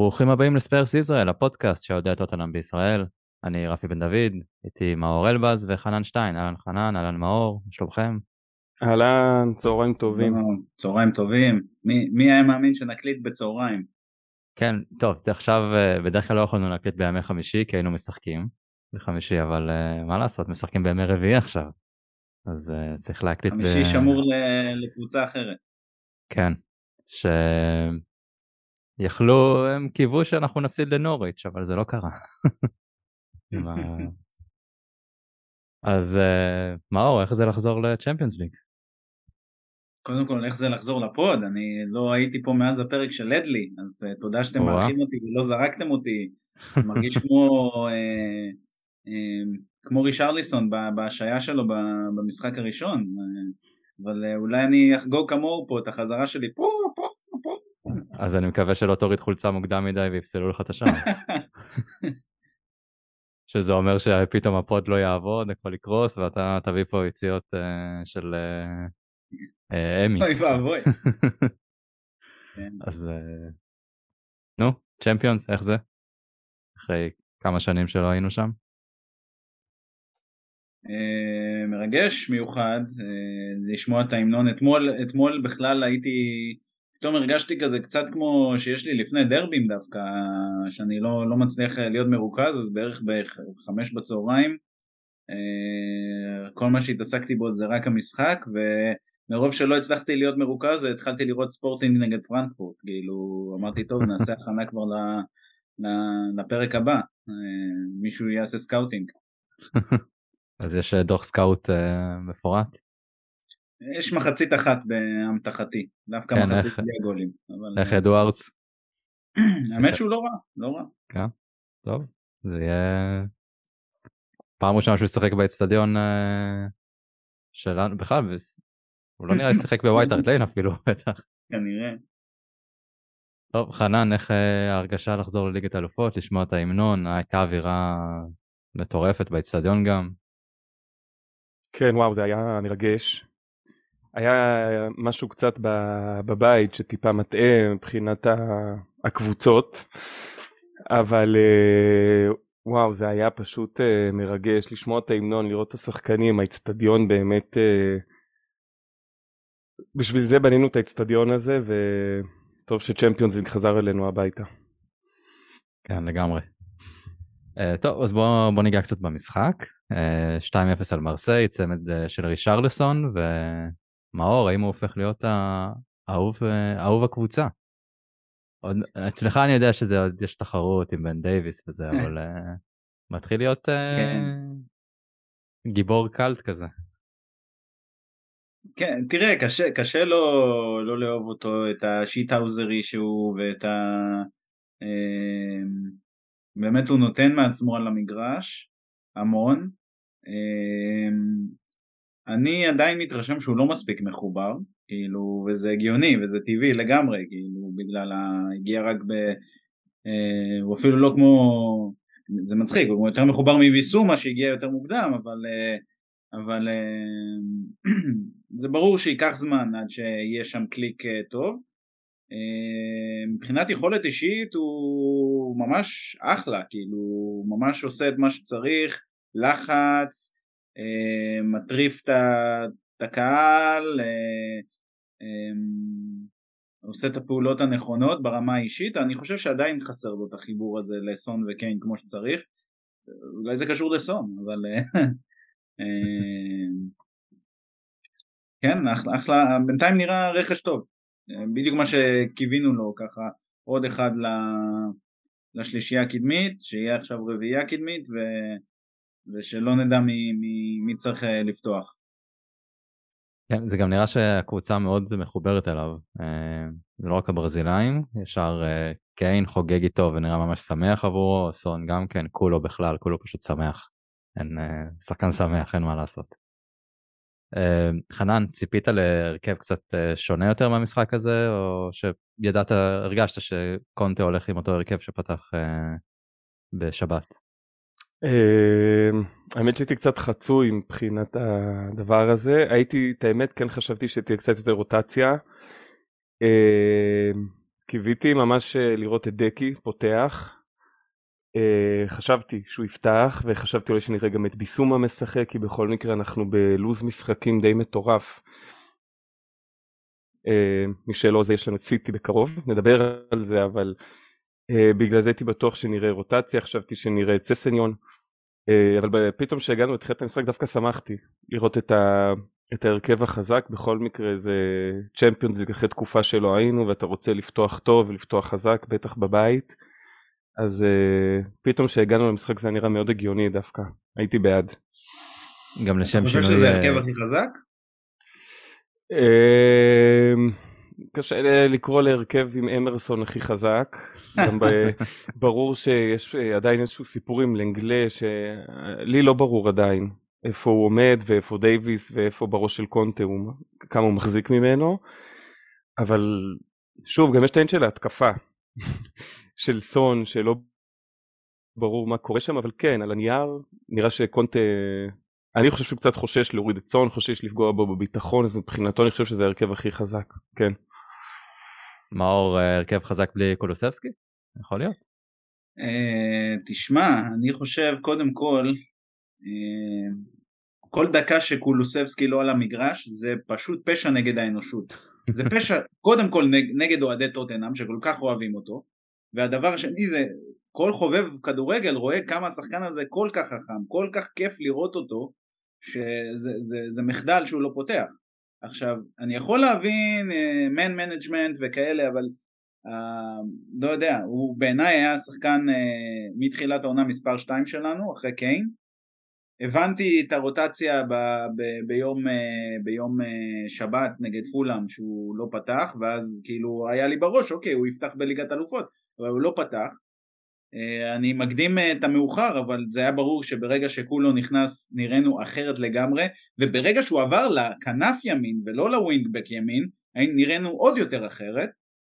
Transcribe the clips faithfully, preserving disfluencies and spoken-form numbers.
ברוכים הבאים לספיירס ישראל, הפודקאסט שיודע טוטנהאם בישראל. אני רפי בן דוד, איתי מאור אלבז וחנן שטיין. אהלן חנן, אהלן מאור, שלומכם? אהלן, צהריים טובים. צהריים טובים. מי, מי היה מאמין שנקליט בצהריים? כן, טוב, עכשיו בדרך כלל לא יכולנו להקליט בימי חמישי כי היינו משחקים בחמישי, אבל uh, מה לעשות, משחקים בימי רביעי עכשיו. אז uh, צריך להקליט חמישי ב... שמור לקבוצה אחרת. כן, שיכלו, הם קיוו שאנחנו נפסיד לנוריץ', אבל זה לא קרה. אז uh, מאור, איך זה לחזור לצ'מפיונס ליג? קודם כל, איך זה לחזור לפוד? אני לא הייתי פה מאז הפרק של לדלי, אז uh, תודה שאתם מארחים אותי ולא זרקתם אותי. מרגיש כמו אה, אה, כמו רישרליסון בהשעיה שלו במשחק הראשון, אה, אבל אה, אולי אני אחגוג כמוהו פה את החזרה שלי פה פה פה. אז אני מקווה שלא תוריד חולצה מוקדם מדי ויפסלו לך את השער. שזה אומר שפתאום הפוד לא יעבוד, הכל יקרוס, ואתה תביא פה יציאות uh, של uh, uh, אמי. אוי ואבוי. אז uh, נו, צ'מפיונס, איך זה? אחרי כמה שנים שלא היינו שם? Uh, מרגש, מיוחד, uh, לשמוע את ההמנון. אתמול, אתמול בכלל הייתי, פתאום הרגשתי כזה קצת כמו שיש לי לפני דרבים דווקא, שאני לא, לא מצליח להיות מרוכז, אז בערך בחמש בצהריים, uh, כל מה שהתעסקתי בו זה רק המשחק, ומרוב שלא הצלחתי להיות מרוכז, התחלתי לראות ספורטינג נגד פרנקפורט, כאילו אמרתי טוב, נעשה הכנה כבר לפרק הבא, uh, מישהו יעשה סקאוטינג. אז יש דוח סקאוט uh, מפורט? יש מחצית אחת בהמתחתי, דווקא כן, מחצית בלי הגולים. איך אדוארדס? האמת שהוא לא רע, לא רע. כן, טוב, זה יהיה פעם ראשונה שהוא ישחק באצטדיון uh, שלנו, בכלל, הוא לא נראה לשחק בווייט הארט ליין אפילו, בטח. כנראה. טוב, חנן, איך uh, ההרגשה לחזור לליגת האלופות, לשמוע את ההמנון, הייתה אווירה מטורפת באצטדיון גם. כן, וואו, זה היה מרגש. היה משהו קצת בבית שטיפה מטעה מבחינת הקבוצות, אבל וואו, זה היה פשוט מרגש לשמוע את ההמנון, לראות את השחקנים, האצטדיון באמת, בשביל זה בנינו את האצטדיון הזה, וטוב שצ'מפיונס ליג חזר אלינו הביתה. כן, לגמרי. Uh, טוב, אז בוא, בוא ניגע קצת במשחק. uh, שתיים אפס על מרסיי, צמד uh, של רישרליסון, ומאור, האם הוא הופך להיות האהוב, uh, האהוב הקבוצה? עוד, אצלך אני יודע שזה עוד יש תחרות עם בן דייביס וזה, אבל uh, מתחיל להיות uh, כן. גיבור קלט כזה. כן, תראה, קשה, קשה לא, לא לאהוב אותו, את השיטהאוזרי שהוא, ואת ה... Uh, באמת הוא נותן מעצמו על המגרש, המון. אני עדיין מתרשם שהוא לא מספיק מחובר, כאילו, וזה הגיוני, וזה טבעי לגמרי, כאילו, בגלל הגיע רק ב... הוא אפילו לא כמו... זה מצחיק, הוא יותר מחובר מביסומה שהגיע יותר מוקדם, אבל... אבל זה ברור שיקח זמן עד שיהיה שם קליק טוב. מבחינת יכולת אישית הוא ממש אחלה, כאילו הוא ממש עושה את מה שצריך, לחץ, מטריף את הקהל, עושה את הפעולות הנכונות ברמה האישית. אני חושב שעדיין חסר לו את החיבור הזה לסון וקיין כמו שצריך, אולי זה קשור לסון, אבל כן, אחלה, אחלה, בינתיים נראה רכש טוב, בדיוק מה שקיווינו לו, ככה עוד אחד לשלישייה הקדמית, שיהיה עכשיו רביעייה קדמית, ו... ושלא נדע מי, מי, מי צריך לפתוח. כן, זה גם נראה שהקבוצה מאוד מחוברת אליו, זה לא רק הברזילאים, ישר קיין חוגג איתו ונראה ממש שמח עבורו, סון גם כן, כולו בכלל, כולו פשוט שמח, אין, שחקן שמח, אין מה לעשות. חנן, ציפית להרכב קצת שונה יותר מהמשחק הזה, או שידעת, הרגשת שקונטה הולך עם אותו הרכב שפתח בשבת? האמת שהייתי קצת חצוי מבחינת הדבר הזה, הייתי, את האמת, כן חשבתי שתהיה קצת יותר רוטציה, קיוויתי ממש לראות את דקי פותח, חשבתי שהוא יפתח וחשבתי אולי שנראה גם את ביסומה משחק, כי בכל מקרה אנחנו בלוז משחקים די מטורף. מי שלא, זה יש לנו את סיטי בקרוב, נדבר על זה, אבל בגלל זה הייתי בטוח שנראה רוטציה, חשבתי שנראה את ססניון, אבל פתאום שהגענו לתחילת המשחק דווקא שמחתי לראות את ה... את ההרכב החזק. בכל מקרה זה צ'מפיונס ליג אחרי תקופה שלא היינו, ואתה רוצה לפתוח טוב ולפתוח חזק, בטח בבית, אז uh, פתאום שהגענו למשחק זה נראה מאוד הגיוני דווקא, הייתי בעד. גם לשם שינוי... אתה חושב שזה ההרכב הכי חזק? Uh, קשה לקרוא להרכב עם אמרסון הכי חזק, גם ברור שיש עדיין איזשהו סיפור עם לנגלה שלי לא ברור עדיין איפה הוא עומד ואיפה דייביס ואיפה בראש של קונטה, הוא, כמה הוא מחזיק ממנו, אבל שוב גם יש את העניין של ההתקפה של סון שלא ברור מה קורה שם, אבל כן על הנייר נראה שקונטה, אני חושב שהוא קצת חושש להוריד את סון, חושש לפגוע בו בביטחון, אז מבחינתו אני חושב שזה ההרכב הכי חזק. כן. מאור, הרכב חזק בלי קולוסבסקי? יכול להיות? תשמע, אני חושב קודם כל, כל דקה שקולוסבסקי לא על המגרש זה פשוט פשע נגד האנושות. זה פשע קודם כל נגד אוהדי טוטנהאם שכל כך אוהבים אותו, והדבר השני זה כל חובב כדורגל רואה כמה השחקן הזה כל כך חכם, כל כך כיף לראות אותו, שזה זה, זה מחדל שהוא לא פותח. עכשיו אני יכול להבין מן מנג'מנט וכאלה, אבל Uh, לא יודע, הוא בעיניי היה שחקן uh, מתחילת העונה מספר שתיים שלנו אחרי קיין. הבנתי את הרוטציה ב, ב, ביום, uh, ביום uh, שבת נגד פולאם שהוא לא פתח, ואז כאילו היה לי בראש אוקיי הוא יפתח בליגת אלופות, אבל הוא לא פתח. uh, אני מקדים uh, את המאוחר, אבל זה היה ברור שברגע שכולו נכנס נראינו אחרת לגמרי, וברגע שהוא עבר לכנף ימין ולא לווינגבק ימין נראינו עוד יותר אחרת.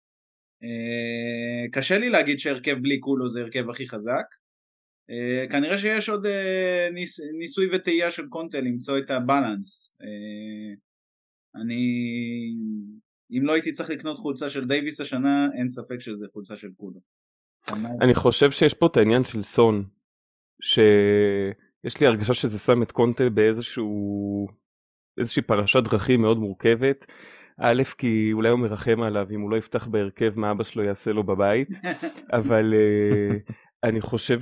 Uh, קשה לי להגיד שהרכב בלי קולו זה הרכב הכי חזק. uh, כנראה שיש עוד uh, ניס, ניסוי וטעייה של קונטה למצוא את הבלנס. uh, אני אם לא הייתי צריך לקנות חולצה של דייביס השנה, אין ספק שזה חולצה של קולו. אני חושב שיש פה את העניין של סון, שיש לי הרגשה שזה שם את קונטה באיזשהו איזושהי פרשת דרכים מאוד מורכבת. א', כי אולי הוא מרחם עליו, אם הוא לא יפתח בהרכב מה אבא שלו יעשה לו בבית, אבל uh, אני חושב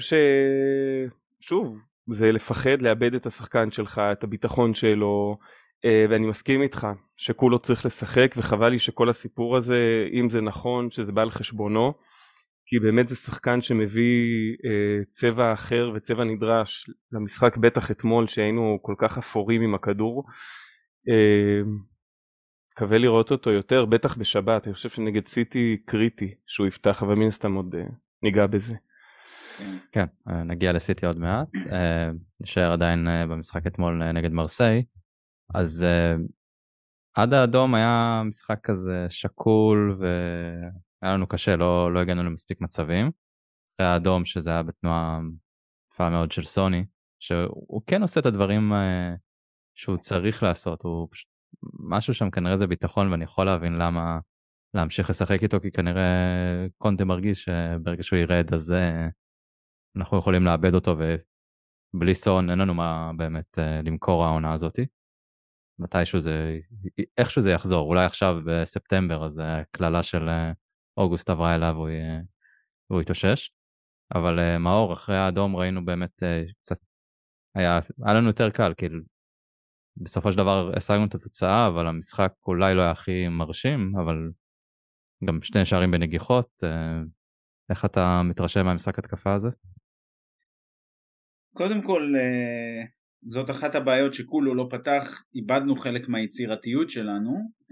ששוב, זה לפחד לאבד את השחקן שלך, את הביטחון שלו, uh, ואני מסכים איתך שכולו צריך לשחק, וחבל לי שכל הסיפור הזה, אם זה נכון, שזה בא על חשבונו, כי באמת זה שחקן שמביא uh, צבע אחר וצבע נדרש למשחק, בטח אתמול שהיינו כל כך אפורים עם הכדור, uh, מקווה לראות אותו יותר, בטח בשבת. אני חושב שנגד סיטי קריטי שהוא יפתח, אבל מן הסתם עוד ניגע בזה. כן, נגיע לסיטי עוד מעט. נשאר עדיין במשחק אתמול נגד מרסיי. אז עד האדום היה משחק כזה שקול, והיה לנו קשה, לא, לא הגענו למספיק מצבים. אחרי האדום, שזה היה בתנועה יפה מאוד של סוני, שהוא כן עושה את הדברים שהוא צריך לעשות, הוא פשוט משהו שם כנראה זה ביטחון, ואני יכול להבין למה להמשיך לשחק איתו, כי כנראה קונטה מרגיש שברגע שהוא ירד אז אנחנו יכולים לאבד אותו, ובלי סון אין לנו מה באמת למכור העונה הזאת. מתישהו זה, איכשהו זה יחזור, אולי עכשיו בספטמבר, אז כללה של אוגוסט עברה אליו והוא, והוא יתאושש. אבל מאור, אחרי האדום ראינו באמת קצת, היה, היה לנו יותר קל, כאילו בסופו של דבר השגנו את התוצאה, אבל המשחק אולי לא היה הכי מרשים, אבל גם שני שערים בנגיחות. איך אתה מתרשם מהמשחק התקפה הזה? קודם כל, זאת אחת הבעיות שכולו לא פתח, איבדנו חלק מהיצירתיות שלנו.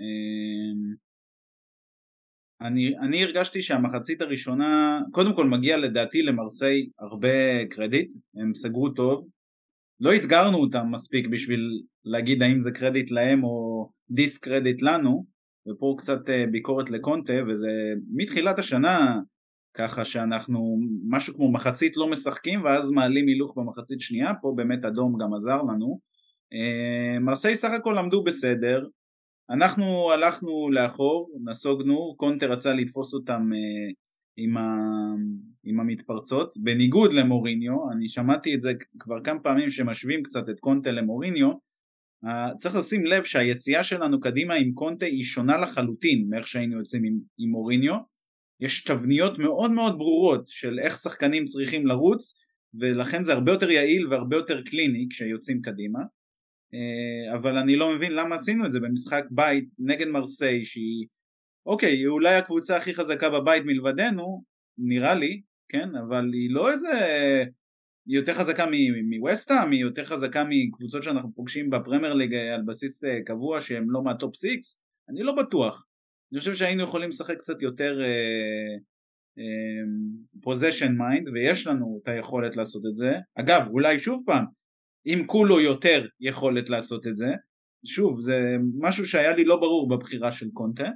אני, אני הרגשתי שהמחצית הראשונה, קודם כל מגיע לדעתי למרסיי הרבה קרדיט, הם סגרו טוב, לא התגרנו אותם מספיק בשביל להגיד האם זה קרדיט להם או דיס קרדיט לנו, ופה קצת ביקורת לקונטה, וזה מתחילת השנה ככה שאנחנו משהו כמו מחצית לא משחקים ואז מעלים הילוך במחצית שנייה, פה באמת אדום גם עזר לנו. מרסיי סך הכל עמדו בסדר, אנחנו הלכנו לאחור, נסוגנו, קונטה רצה לתפוס אותם אה, עם, ה, עם המתפרצות, בניגוד למוריניו, אני שמעתי את זה כבר כמה פעמים שמשווים קצת את קונטה למוריניו, אה, צריך לשים לב שהיציאה שלנו קדימה עם קונטה היא שונה לחלוטין מאיך שהיינו יוצאים עם, עם מוריניו, יש תבניות מאוד מאוד ברורות של איך שחקנים צריכים לרוץ, ולכן זה הרבה יותר יעיל והרבה יותר קליני כשיוצאים קדימה, אבל אני לא מבין למה עשינו את זה במשחק בית נגד מרסיי שהיא אוקיי, היא אולי הקבוצה הכי חזקה בבית מלבדנו, נראה לי, כן, אבל היא לא איזה, היא יותר חזקה מווסטהאם, היא יותר חזקה מקבוצות שאנחנו פוגשים בפרמייר ליג על בסיס קבוע שהם לא מהטופ סיקס, אני לא בטוח, אני חושב שהיינו יכולים לשחק קצת יותר possession mind, ויש לנו את היכולת לעשות את זה, אגב, אולי שוב פעם, אם כולו יותר יכולת לעשות את זה, שוב, זה משהו שהיה לי לא ברור בבחירה של קונטה,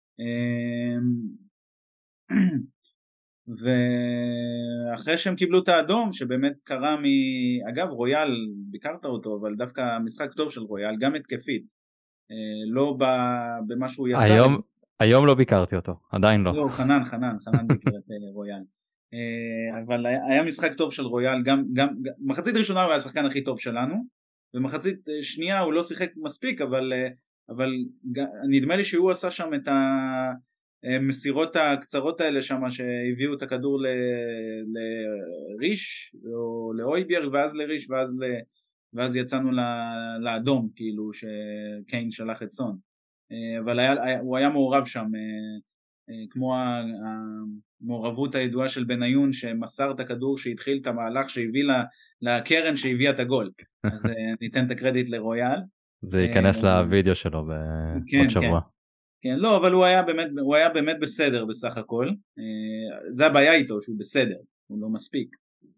ואחרי שהם קיבלו את האדום, שבאמת קרה מ... אגב, רויאל, ביקרת אותו, אבל דווקא משחק טוב של רויאל, גם התקפית, לא במה שהוא יצא. היום, היום לא ביקרתי אותו, עדיין לא. לא, חנן, חנן, חנן ביקר את רויאל. אבל היה משחק טוב של רויאל, גם, גם, מחצית ראשונה הוא היה השחקן הכי טוב שלנו, ומחצית שנייה הוא לא שיחק מספיק, אבל, אבל נדמה לי שהוא עשה שם את המסירות הקצרות האלה שם, שהביאו את הכדור לריש, או לאויבייר, ואז לריש, ואז, ואז יצאנו לאדום, כאילו שקיין שלח את סון, אבל היה, הוא היה מעורב שם, כמו המעורבות הידועה של בניון שמסר את הכדור שהתחיל את המהלך שהביא לקרן שהביאה את הגול, אז ניתן את הקרדיט לרויאל. זה ייכנס לוידאו שלו בעוד שבוע. כן, לא, אבל הוא היה באמת, הוא היה באמת בסדר בסך הכל, זה הבעיה איתו שהוא בסדר, הוא לא מספיק.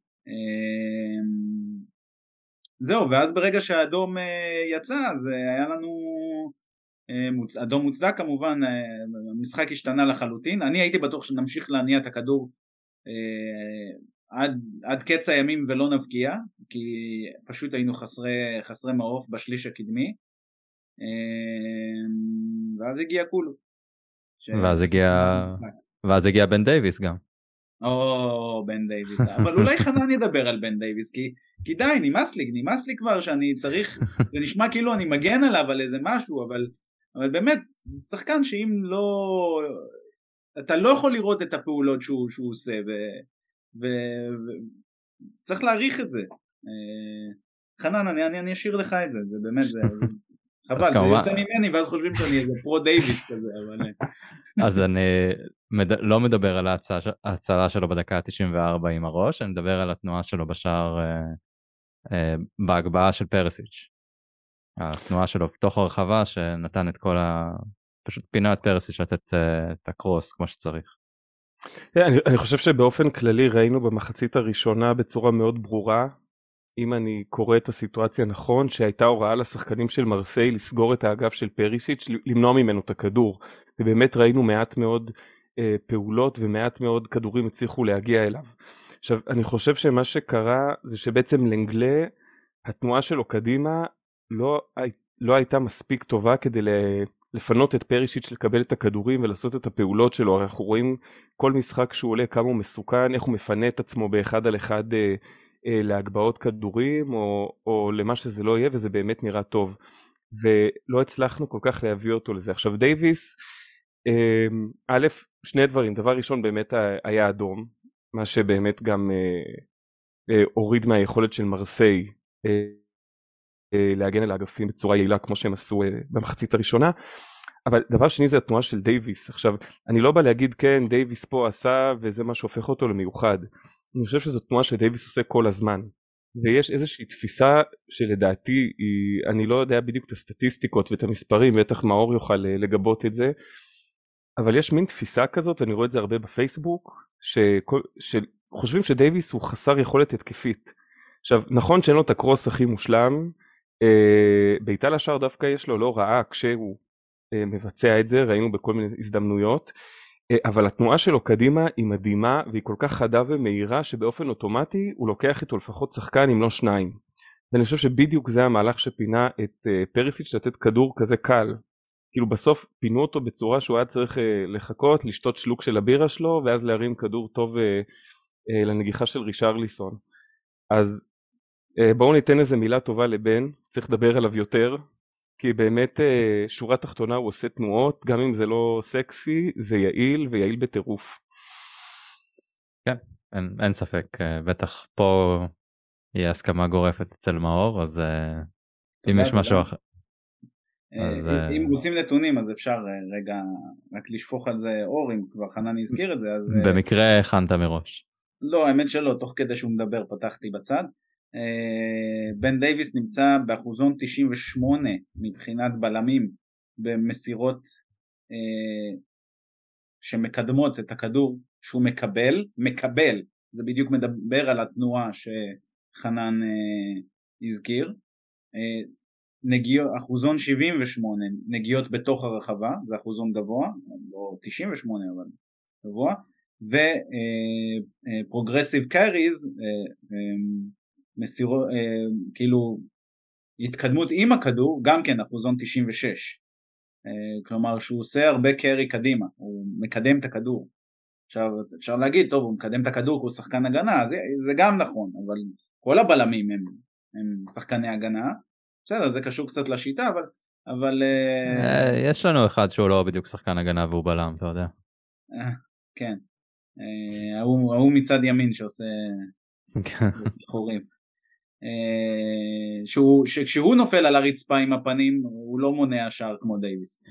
זהו, ואז ברגע שהאדום יצא, אז היה לנו אדום מוצדק כמובן, המשחק השתנה לחלוטין, אני הייתי בטוח שנמשיך להניע את הכדור עד, עד קץ הימים ולא נבקיע, כי פשוט היינו חסרי, חסרי מעוף בשליש הקדמי, ואז הגיע כולו. ש... ואז הגיע, ואז הגיע בן דייביס גם. או, בן דייביס, אבל אולי חנן ידבר על בן דייביס, כי, כי די, נמאס לי, נמאס לי כבר שאני צריך, זה נשמע כאילו אני מגן עליו על איזה משהו, אבל, אבל באמת, זה שחקן שאם לא, אתה לא יכול לראות את הפעולות שהוא, שהוא עושה, ו, ו, ו, צריך להעריך את זה. חנן, אני, אני, אני אשאיר לך את זה, זה באמת, זה, חבל, זה יוצא ממני, ואז חושבים שאני איזה פרו דייביס כזה, אבל... אז אני מד... לא מדבר על ההצלה שלו בדקה תשעים וארבע עם הראש, אני מדבר על התנועה שלו בשער אה, אה, בהגבהה של פרסיץ'. התנועה שלו בתוך הרחבה שנתן את כל ה... פשוט פינה את פרסיץ' לתת אה, את הקרוס כמו שצריך. אני, אני חושב שבאופן כללי ראינו במחצית הראשונה בצורה מאוד ברורה, אם אני קורא את הסיטואציה נכון, שהייתה הוראה לשחקנים של מרסיי לסגור את האגף של פריסיץ', למנוע ממנו את הכדור, ובאמת ראינו מעט מאוד אה, פעולות ומעט מאוד כדורים הצליחו להגיע אליו. עכשיו אני חושב שמה שקרה זה שבעצם לנגלה, התנועה שלו קדימה לא, לא הייתה מספיק טובה כדי לפנות את פריסיץ' לקבל את הכדורים ולעשות את הפעולות שלו. הרי אנחנו רואים כל משחק שהוא עולה כמה הוא מסוכן, איך הוא מפנה את עצמו באחד על אחד אה, להגבהות כדורים או, או למה שזה לא יהיה, וזה באמת נראה טוב ולא הצלחנו כל כך להביא אותו לזה. עכשיו דייביס, א', שני דברים, דבר ראשון באמת היה אדום, מה שבאמת גם הוריד מהיכולת של מרסיי להגן על האגפים בצורה יעילה כמו שהם עשו במחצית הראשונה, אבל דבר שני זה התנועה של דייביס. עכשיו אני לא בא להגיד כן דייביס פה עשה וזה מה שהופך אותו למיוחד, אני חושב שזו תנועה שדייביס עושה כל הזמן, ויש איזושהי תפיסה שלדעתי היא, אני לא יודע בדיוק את הסטטיסטיקות ואת המספרים, בטח מאור יוכל לגבות את זה, אבל יש מין תפיסה כזאת, ואני רואה את זה הרבה בפייסבוק, שכל, שחושבים שדייביס הוא חסר יכולת התקפית. עכשיו נכון שאין לו את הקרוס הכי מושלם, אה, בעיטה לשער דווקא יש לו לא רעה כשהוא אה, מבצע את זה, ראינו בכל מיני הזדמנויות, אבל התנועה שלו קדימה היא מדהימה והיא כל כך חדה ומהירה שבאופן אוטומטי הוא לוקח איתו לפחות שחקן אם לא שניים, ואני חושב שבדיוק זה המהלך שפינה את פריסיץ' לתת כדור כזה קל כאילו בסוף פינו אותו בצורה שהוא היה צריך לחכות, לשתות שלוק של הבירה שלו, ואז להרים כדור טוב לנגיחה של רישרליסון. אז בואו ניתן איזה מילה טובה לבן, צריך לדבר עליו יותר, כי באמת שורה תחתונה הוא עושה תנועות, גם אם זה לא סקסי, זה יעיל ויעיל בטירוף. כן, אין, אין ספק, בטח פה יהיה הסכמה גורפת אצל מאור, אז אם יש משהו אחר. אז אם רוצים נתונים אז אפשר רגע רק לשפוך על זה אור, אם כבר חנן הזכיר את זה. אז במקרה הכנת מראש. לא, האמת שלא, תוך כדי שהוא מדבר פתחתי בצד. בן דייביס נמצא באחוזון תשעים ושמונה מבחינת בלמים במסירות שמקדמות את הכדור שהוא מקבל, מקבל, זה בדיוק מדבר על התנועה שחנן הזכיר. נגיעות, אחוזון שבעים ושמונה נגיעות בתוך הרחבה, זה אחוזון גבוה, לא תשעים ושמונה אבל גבוה, ופרוגרסיב קאריז, מסירות, כאילו התקדמות עם הכדור, גם כן אחוזון תשעים ושש, כלומר שהוא עושה הרבה קארי קדימה, הוא מקדם את הכדור. עכשיו אפשר להגיד, טוב הוא מקדם את הכדור כי הוא שחקן הגנה, זה, זה גם נכון, אבל כל הבלמים הם, הם שחקני הגנה, בסדר, זה קשור קצת לשיטה, אבל... אבל יש לנו אחד שהוא לא בדיוק שחקן הגנה והוא בלם, אתה יודע. כן. ההוא מצד ימין שעושה חורים. שכשהוא נופל על הרצפה עם הפנים, הוא לא מונע שער כמו דייביס.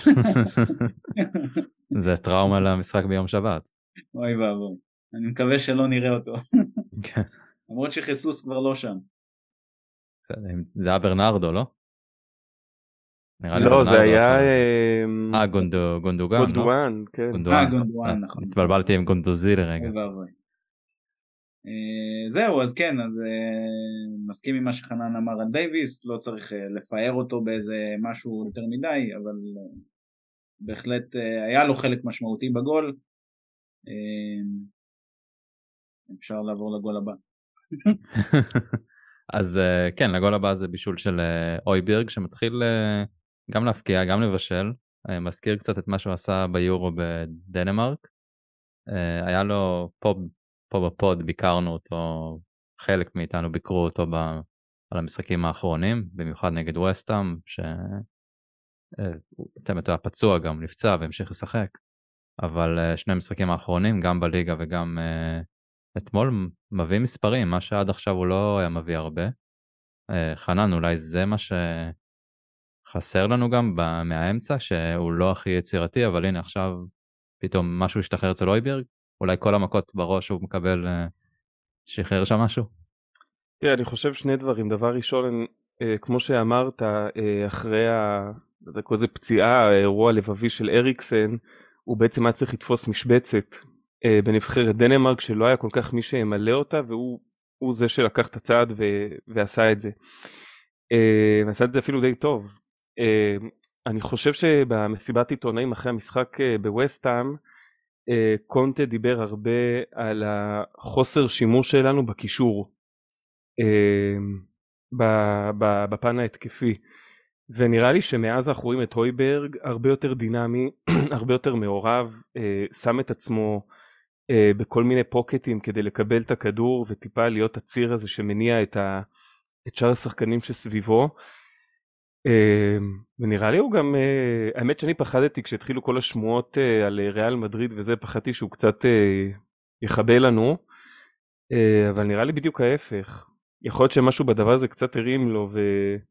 זה טראומה למשחק ביום שבת. אוי ואבוי. אני מקווה שלא נראה אותו. למרות שחיסוס כבר לא שם. זה היה ברנרדו, לא? לא, זה היה... אה, גונדוגן, לא? גונדואן, כן. אה, גונדואן, נכון. התבלבלתי עם גונדוזי לרגע. זהו, אז כן, אז מסכים עם מה שחנן אמר על דייביס, לא צריך לפאר אותו באיזה משהו יותר מדי, אבל בהחלט היה לו חלק משמעותי בגול. אפשר לעבור לגול הבא. אז כן, לגול הבא זה בישול של אויברג, שמתחיל גם להפקיע, גם לבשל, מזכיר קצת את מה שהוא עשה ביורו בדנמרק. היה לו פה, פה בפוד, ביקרנו אותו, חלק מאיתנו ביקרו אותו ב, על המשחקים האחרונים, במיוחד נגד ווסטהאם, שתמת היה פצוע גם, נפצע והמשיך לשחק, אבל שני המשחקים האחרונים, גם בליגה וגם אתמול מביא מספרים, מה שעד עכשיו הוא לא היה מביא הרבה. חנן, אולי זה מה שחסר לנו גם מהאמצע, שהוא לא הכי יצירתי, אבל הנה עכשיו פתאום משהו השתחרר אצל אויברג, אולי כל המכות בראש הוא מקבל שחרר שם משהו? תראה, אני חושב שני דברים. דבר ראשון, כמו שאמרת, אחרי איזה פציעה, האירוע הלבבי של אריקסן, הוא בעצם היה צריך לתפוס משבצת בנבחרת דנמרק, שלא היה כל כך מי שימלא אותה, והוא זה שלקח את הצעד ועשה את זה. ועשה את זה אפילו די טוב. אני חושב שבמסיבת עיתונאים אחרי המשחק בווסטהאם, קונטה דיבר הרבה על החוסר שימוש שלנו בקישור, בפן ההתקפי, ונראה לי שמאז אנחנו רואים את הויברג הרבה יותר דינמי, הרבה יותר מעורב, שם את עצמו בכל מיני פוקטים כדי לקבל את הכדור וטיפה להיות הציר הזה שמניע את, ה, את שאר השחקנים שסביבו. ונראה לי הוא גם, האמת שאני פחדתי כשהתחילו כל השמועות על ריאל מדריד וזה, פחדתי שהוא קצת יחבל לנו, אבל נראה לי בדיוק ההפך. יכול להיות שמשהו בדבר הזה קצת הרים לו ו...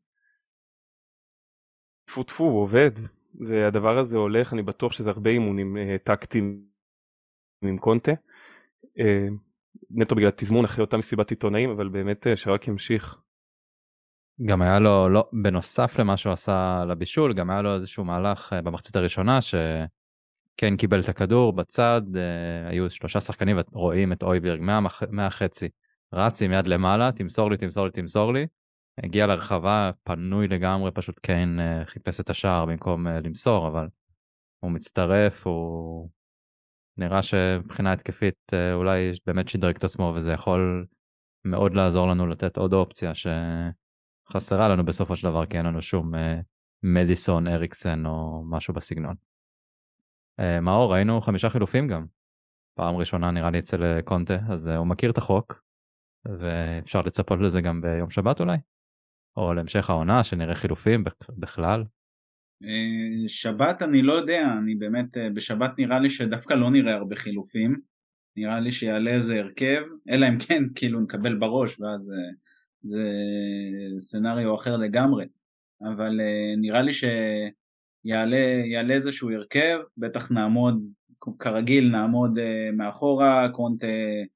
טפו טפו, הוא עובד. זה, הדבר הזה הולך, אני בטוח שזה הרבה אימונים טקטיים עם קונטה. נטו בגלל תזמון אחרי אותה מסיבת עיתונאים, אבל באמת שרק ימשיך. גם היה לו, לא, בנוסף למה שהוא עשה לבישול, גם היה לו איזשהו מהלך במחצית הראשונה, שכן קיבל את הכדור בצד, היו שלושה שחקנים ורואים את אויברג מהמח, מהחצי, רץ עם יד למעלה, תמסור לי, תמסור לי, תמסור לי, הגיע לרחבה, פנוי לגמרי, פשוט כן חיפש את השער במקום למסור, אבל הוא מצטרף, הוא נראה שמבחינה התקפית אולי באמת שדרג את עצמו, וזה יכול מאוד לעזור לנו לתת עוד אופציה ש... חסרה לנו בסופו של דבר, כי אין לנו שום מדיסון, אריקסן או משהו בסגנון. מאור, ראינו חמישה חילופים גם. פעם ראשונה נראה לי אצל קונטה, אז הוא מכיר את החוק, ואפשר לצפות לזה גם ביום שבת אולי? או להמשך העונה, שנראה חילופים בכלל? שבת אני לא יודע, אני באמת, בשבת נראה לי שדווקא לא נראה הרבה חילופים, נראה לי שיעלה איזה הרכב, אלא אם כן, כאילו נקבל בראש, ואז זה סנריו אחר לגמרי, אבל נראה לי שיעלה יעלה איזשהו הרכב, בטח נעמוד, כרגיל נעמוד מאחורה, קונטה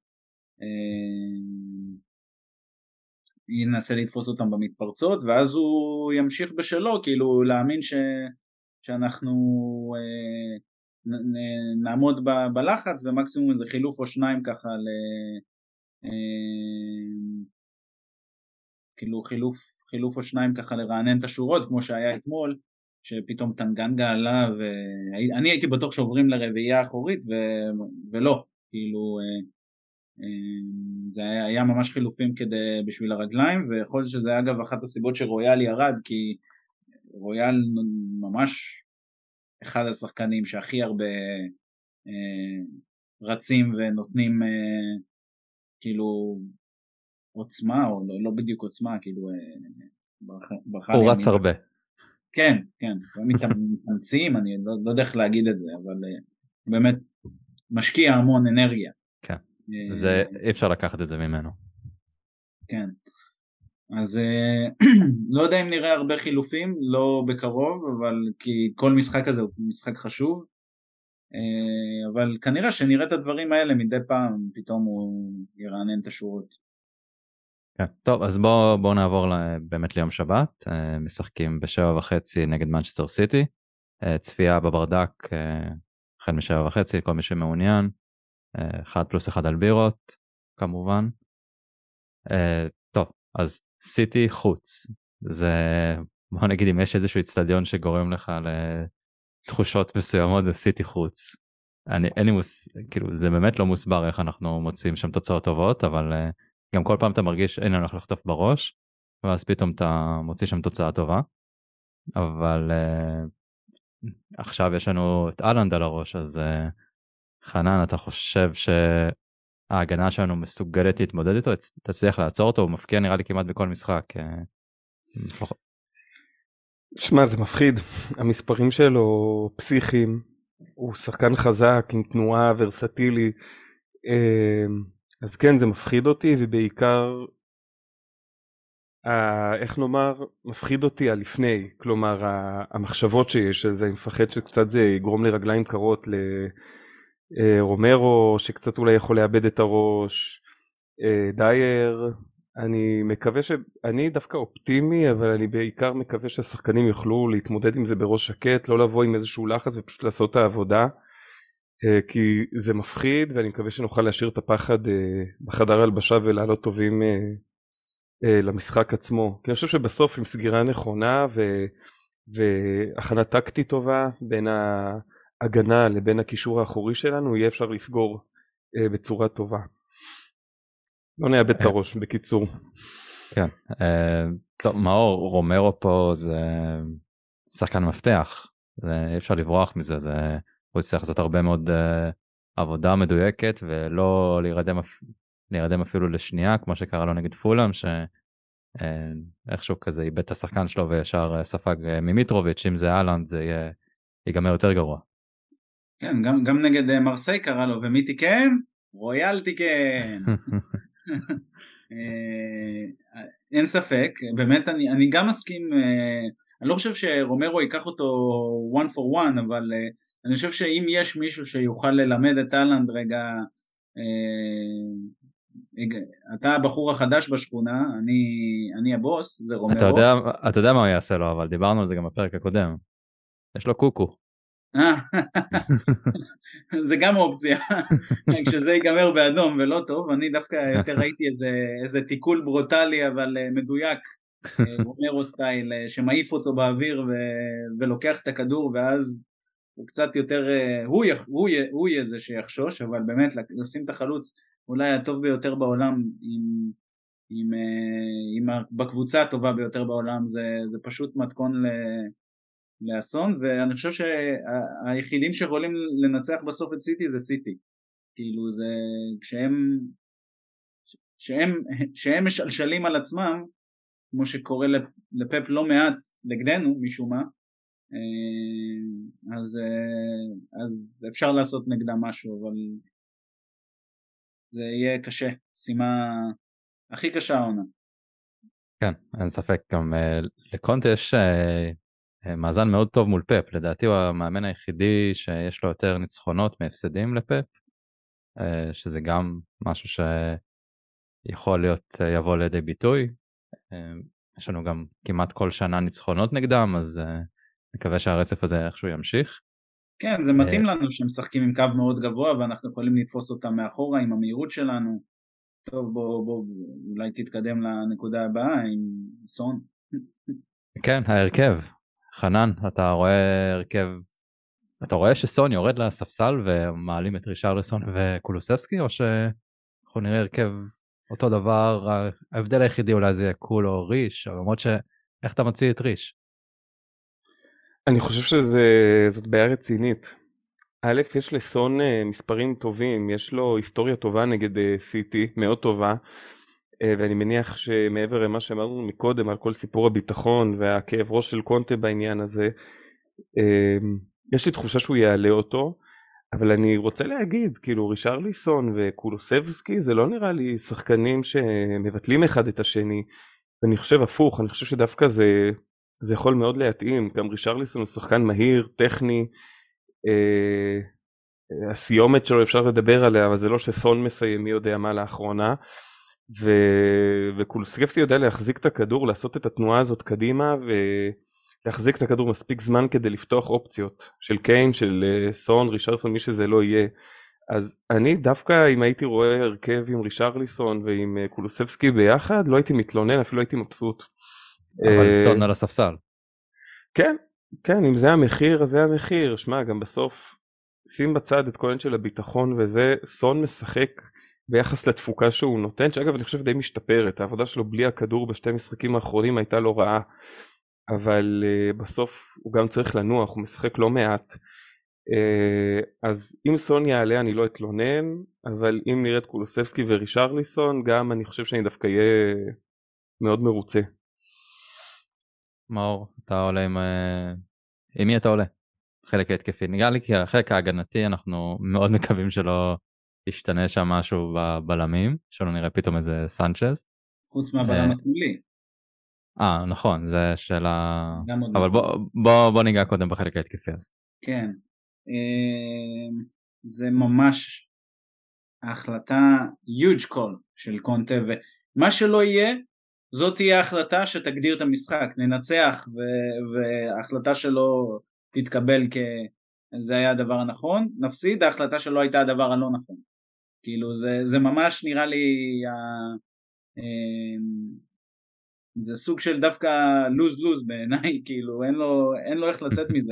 ינסה לתפוס אותם במתפרצות, ואז הוא ימשיך בשלו, כאילו להאמין ש... שאנחנו אה, נ... נעמוד ב... בלחץ, ומקסימום איזה חילוף או שניים ככה, ל... אה, כאילו חילוף, חילוף או שניים ככה לרענן את השורות, כמו שהיה אתמול, שפתאום טנגנגה עלה, ואני הייתי בטוח שעוברים לרביעייה האחורית, ו... ולא, כאילו... אה, זה היה, היה ממש חילופים כדי, בשביל הרגליים, ויכול להיות שזה אגב אחת הסיבות שרויאל ירד, כי רויאל ממש אחד השחקנים שהכי הרבה אה, רצים ונותנים אה, כאילו עוצמה, או לא, לא בדיוק עוצמה, כאילו אה, הוא רץ הרבה. כן, כן, הם מתאמצים, אני לא, לא יודע איך להגיד את זה, אבל אה, באמת משקיע המון אנרגיה. כן. זה אי אפשר לקחת את זה ממנו. כן, אז לא יודע אם נראה הרבה חילופים, לא בקרוב, אבל כי כל משחק הזה הוא משחק חשוב, אבל כנראה שנראה את הדברים האלה מדי פעם, פתאום הוא ירענן את השורות. כן, טוב, אז בואו בוא נעבור באמת ליום שבת, משחקים בשבע וחצי נגד מנצ'סטר סיטי, צפייה בברדק, החל משבע וחצי, כל מי שמעוניין, אחד פלוס אחד על בירות, כמובן. טוב, אז סיטי חוץ, זה, בוא נגיד אם יש איזשהו אצטדיון שגורם לך לתחושות מסוימות, זה סיטי חוץ. אני, אין לי מוס, כאילו, זה באמת לא מוסבר איך אנחנו מוצאים שם תוצאות טובות, אבל גם כל פעם אתה מרגיש, אין לנו לחטוף בראש, ואז פתאום אתה מוציא שם תוצאה טובה. אבל עכשיו יש לנו את אלנד על הראש, אז חנן, אתה חושב שההגנה שלנו מסוגלת להתמודד איתו? תצליח לעצור אותו? הוא מפקיע נראה לי כמעט בכל משחק. שמע, זה מפחיד. המספרים שלו פסיכיים. הוא שחקן חזק עם תנועה ורסטילי. אז כן, זה מפחיד אותי, ובעיקר, איך נאמר, מפחיד אותי הלפני. כלומר, המחשבות שיש על זה, אני מפחד שקצת זה יגרום לרגליים קרות ל... רומרו שקצת אולי יכול לאבד את הראש, דייר, אני מקווה ש... אני דווקא אופטימי, אבל אני בעיקר מקווה שהשחקנים יוכלו להתמודד עם זה בראש שקט, לא לבוא עם איזשהו לחץ ופשוט לעשות את העבודה, כי זה מפחיד, ואני מקווה שנוכל להשאיר את הפחד בחדר הלבשה ולעלות טובים למשחק עצמו, כי אני חושב שבסוף עם סגירה נכונה ו... והכנה טקטית טובה בין ה... הגנה לבין הקישור האחורי שלנו, יהיה אפשר לסגור אה, בצורה טובה. לא נאבד את הראש, בקיצור. כן. אה, טוב, מאור, רומרו פה זה שחקן מפתח. זה, אי אפשר לברוח מזה. זה, הוא צריך לעשות הרבה מאוד אה, עבודה מדויקת, ולא להירדם, להירדם אפילו לשנייה, כמו שקרה לו נגד פולאם, שאיכשהו אה, כזה איבד את השחקן שלו, וישר ספג ממיטרוביץ', אם זה אלנד, זה יהיה, ייגמר יותר גרוע. כן, גם, גם נגד מרסיי קרה לו, ומי תיקן? רויאל תיקן. אין ספק, באמת אני, אני גם מסכים, אני לא חושב שרומרו ייקח אותו one for one, אבל אני חושב שאם יש מישהו שיוכל ללמד את אלנד רגע, אתה הבחור החדש בשכונה, אני, אני הבוס, זה רומרו. אתה יודע, אתה יודע מה הוא יעשה לו, אבל דיברנו על זה גם בפרק הקודם. יש לו קוקו. זה גם אופציה, כשזה ייגמר באדום ולא טוב, אני דווקא יותר ראיתי איזה, איזה תיקול ברוטלי אבל מדויק, רומרו סטייל, שמעיף אותו באוויר ו, ולוקח את הכדור, ואז הוא קצת יותר, הוא, הוא, הוא יהיה זה שיחשוש, אבל באמת לשים את החלוץ אולי הטוב ביותר בעולם, עם, עם, עם, עם, בקבוצה הטובה ביותר בעולם, זה, זה פשוט מתכון ל... לאסון, ואני חושב שהיחידים שיכולים לנצח בסוף את סיטי זה סיטי, כאילו זה כשהם שהם, שהם משלשלים על עצמם, כמו שקורה לפפ לא מעט נגדנו משום מה, אז, אז אפשר לעשות נגדם משהו, אבל זה יהיה קשה, שימה הכי קשה העונה. כן, אין ספק, גם לקונטה יש מאזן מאוד טוב מול פפ, לדעתי הוא המאמן היחידי שיש לו יותר ניצחונות מהפסדים לפפ, שזה גם משהו שיכול להיות, יבוא לידי ביטוי, יש לנו גם כמעט כל שנה ניצחונות נגדם, אז נקווה שהרצף הזה איכשהו ימשיך. כן, זה מתאים לנו שהם משחקים עם קו מאוד גבוה, ואנחנו יכולים לתפוס אותם מאחורה עם המהירות שלנו. טוב, בוא, בוא, אולי תתקדם לנקודה הבאה עם סון. כן, ההרכב. חנן, אתה רואה הרכב, אתה רואה שסון יורד לספסל ומעלים את רישרליסון וקולוסבסקי, או שאנחנו נראה הרכב אותו דבר, ההבדל היחידי אולי זה קול או ריש, למרות שאיך אתה מציא את ריש? אני חושב שזאת בעיה רצינית. א', יש לסון מספרים טובים, יש לו היסטוריה טובה נגד סיטי, מאוד טובה, ואני מניח שמעבר למה שאמרנו מקודם על כל סיפור הביטחון והכאב ראש של קונטה בעניין הזה, יש לי תחושה שהוא יעלה אותו, אבל אני רוצה להגיד, כאילו רישרליסון וקולוסבסקי זה לא נראה לי שחקנים שמבטלים אחד את השני, ואני חושב הפוך, אני חושב שדווקא זה, זה יכול מאוד להתאים, גם רישרליסון הוא שחקן מהיר, טכני, אה, הסיומת שלו אפשר לדבר עליה, אבל זה לא שסון מסיים מי יודע מה לאחרונה, ו... וקולוסבסקי יודע להחזיק את הכדור, לעשות את התנועה הזאת קדימה, ולהחזיק את הכדור מספיק זמן כדי לפתוח אופציות של קיין, של סון, רישרליסון, מי שזה לא יהיה. אז אני דווקא אם הייתי רואה הרכב עם רישרליסון ועם קולוסבסקי ביחד, לא הייתי מתלונן, אפילו הייתי מבסוט. אבל סון על הספסל. כן, כן, אם זה המחיר, אז זה המחיר. שמע, גם בסוף שים בצד את כל העניין של הביטחון וזה, סון משחק ביחס לתפוקה שהוא נותן, שאגב אני חושב די משתפרת, העבודה שלו בלי הכדור בשתי משחקים האחרונים הייתה לא רעה, אבל uh, בסוף הוא גם צריך לנוח, הוא משחק לא מעט, uh, אז אם סון יעלה אני לא אתלונן, אבל אם נראית קולוסבסקי ורישרליסון, גם אני חושב שאני דווקא אהיה מאוד מרוצה. מאור, אתה עולה עם... עם מי אתה עולה? חלק ההתקפי. נראה לי כי החלק ההגנתי אנחנו מאוד מקווים שלא ישתנה שם משהו בבלמים, שלא נראה פתאום איזה סנצ'ז. חוץ מהבלם השמאלי. אה, נכון, זה שאלה... אבל בוא, בוא, בוא ניגע קודם בחלק ההתקפי אז. כן. זה ממש ההחלטה huge call של קונטה, ומה שלא יהיה, זאת תהיה ההחלטה שתגדיר את המשחק, ננצח, וההחלטה שלו תתקבל כזה היה הדבר הנכון, נפסיד, ההחלטה שלו הייתה הדבר הלא נכון. כאילו זה, זה ממש נראה לי, זה סוג של דווקא לוז לוז בעיניי, כאילו אין לו, אין לו איך לצאת מזה,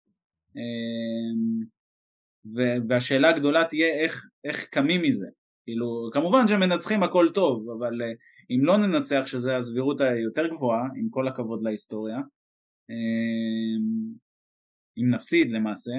והשאלה הגדולה תהיה איך, איך קמים מזה, כאילו כמובן שמנצחים הכל טוב, אבל אם לא ננצח שזה הסבירות היותר גבוהה, עם כל הכבוד להיסטוריה, אם נפסיד למעשה,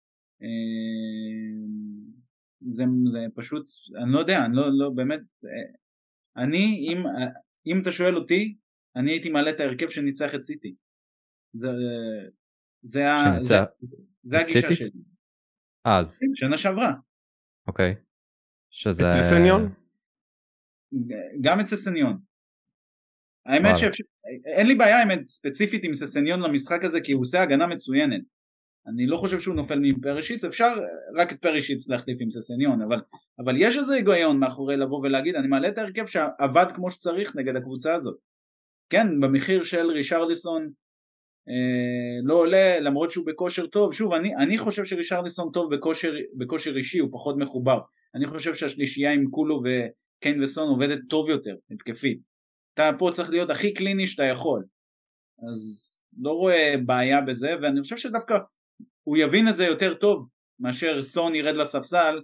זה, זה פשוט, אני לא יודע, אני לא, לא באמת, אני, אם, אם אתה שואל אותי, אני הייתי מעלה את ההרכב שניצח את סיטי. זה, זה, זה, זה הגישה סיטי? שלי. אז. שנה שעברה. אוקיי. שזה... אצל סניון? גם את ססניון. האמת שאין לי בעיה האמת ספציפית עם ססניון למשחק הזה, כי הוא עושה הגנה מצוינת. אני לא חושב שהוא נופל מפרישיץ, אפשר רק את פרישיץ להחליף עם ססניון, אבל, אבל יש איזה היגיון מאחורי לבוא ולהגיד, אני מעלה את ההרכב שעבד כמו שצריך נגד הקבוצה הזאת. כן, במחיר של רישרליסון אה, לא עולה, למרות שהוא בכושר טוב. שוב, אני, אני חושב שרישרליסון טוב בכושר, בכושר אישי, הוא פחות מחובר. אני חושב שהשלישייה עם קולו וקיין וסון עובדת טוב יותר, התקפית. אתה פה צריך להיות הכי קליני שאתה יכול. אז לא רואה בעיה בזה, ואני חושב שדווקא הוא יבין את זה יותר טוב, מאשר סון ירד לספסל,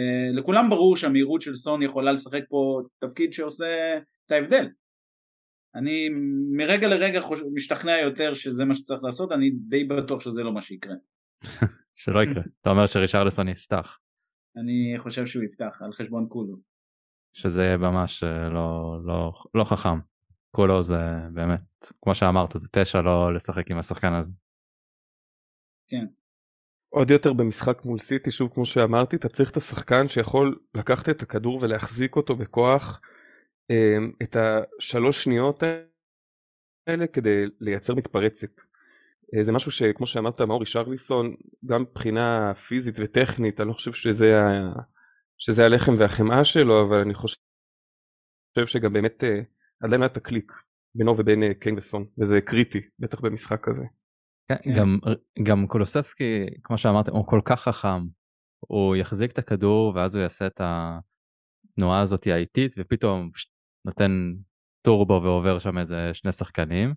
שלכולם ברור שהמהירות של סון יכולה לשחק פה תפקיד שעושה את ההבדל. אני מרגע לרגע חוש... משתכנע יותר שזה מה שצריך לעשות, אני די בטוח שזה לא מה שיקרה. שלא יקרה. אתה אומר שרישרליסון יפתח. אני חושב שהוא יפתח על חשבון קולו. שזה ממש לא, לא, לא חכם. קולו זה באמת, כמו שאמרת, זה פשע לא לשחק עם השחקן הזה. כן. עוד יותר במשחק מול סיטי, שוב כמו שאמרתי, אתה צריך את השחקן שיכול לקחת את הכדור ולהחזיק אותו בכוח את השלוש שניות האלה כדי לייצר מתפרצת. זה משהו שכמו שאמרת מאור רישרליסון, גם מבחינה פיזית וטכנית, אני לא חושב שזה, שזה הלחם והחמאה שלו, אבל אני חושב שגם באמת עדיין היה את הקליק בינו ובין קיין וסון, וזה קריטי, בטח במשחק כזה. כן. גם, גם קולוספסקי, כמו שאמרתי, הוא כל כך חכם, הוא יחזיק את הכדור ואז הוא יעשה את התנועה הזאת האיטית, ופתאום נותן טורבו ועובר שם איזה שני שחקנים,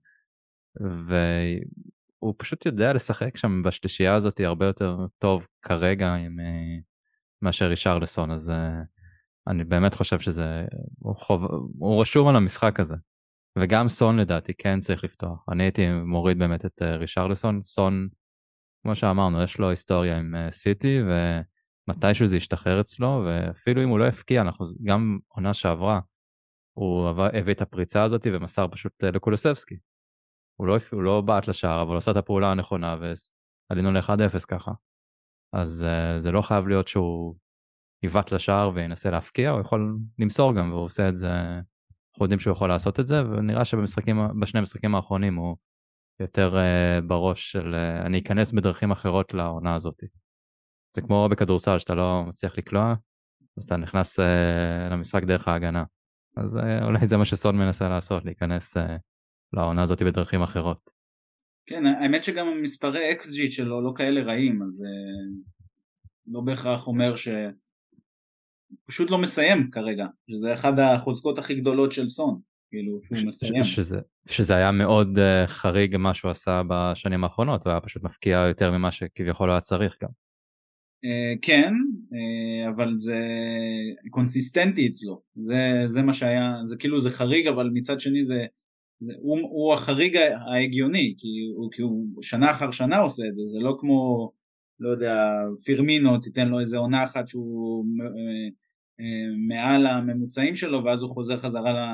והוא פשוט יודע לשחק שם בשלישייה הזאת הרבה יותר טוב כרגע עם, מאשר רישרליסון, אז אני באמת חושב שזה, הוא, חוב, הוא רשום על המשחק הזה. וגם סון לדעתי כן צריך לפתוח. אני הייתי מוריד באמת את רישרליסון. סון, כמו שאמרנו, יש לו היסטוריה עם סיטי, ומתישהו זה ישתחרר אצלו, ואפילו אם הוא לא הפקיע, אנחנו גם עונה שעברה, הוא הביא את הפריצה הזאת ומסר פשוט לקולוספסקי. הוא לא, הוא לא בעט לשער, אבל הוא עושה את הפעולה הנכונה, ועלינו ל-אחד אפס ככה. אז זה לא חייב להיות שהוא יבט לשער וינסה להפקיע, הוא יכול למסור גם, והוא עושה את זה, אנחנו יודעים שהוא יכול לעשות את זה, ונראה שבמשחקים, בשני המשחקים האחרונים הוא יותר uh, בראש של uh, אני אכנס בדרכים אחרות לעונה הזאת. זה כמו בכדורסל שאתה לא מצליח לקלוע, אז אתה נכנס uh, למשחק דרך ההגנה. אז uh, אולי זה מה שסון מנסה לעשות, להיכנס uh, לעונה הזאת בדרכים אחרות. כן, האמת שגם המספרי אקס ג'י שלו לא כאלה רעים, אז uh, לא בהכרח אומר ש... פשוט לא מסיים כרגע, שזה אחד החוזקות הכי גדולות של סון, כאילו שהוא ש- מסיים. שזה, שזה היה מאוד uh, חריג מה שהוא עשה בשנים האחרונות, הוא היה פשוט מפקיע יותר ממה שכביכול היה צריך גם. Uh, כן, uh, אבל זה קונסיסטנטי אצלו, זה, זה מה שהיה, זה כאילו זה חריג, אבל מצד שני זה, זה הוא, הוא החריג ההגיוני, כי הוא, כי הוא שנה אחר שנה עושה את זה, זה לא כמו, לא יודע, פירמינו, תיתן לו איזה עונה אחת שהוא... Uh, מעל הממוצעים שלו, ואז הוא חוזר חזרה, ל...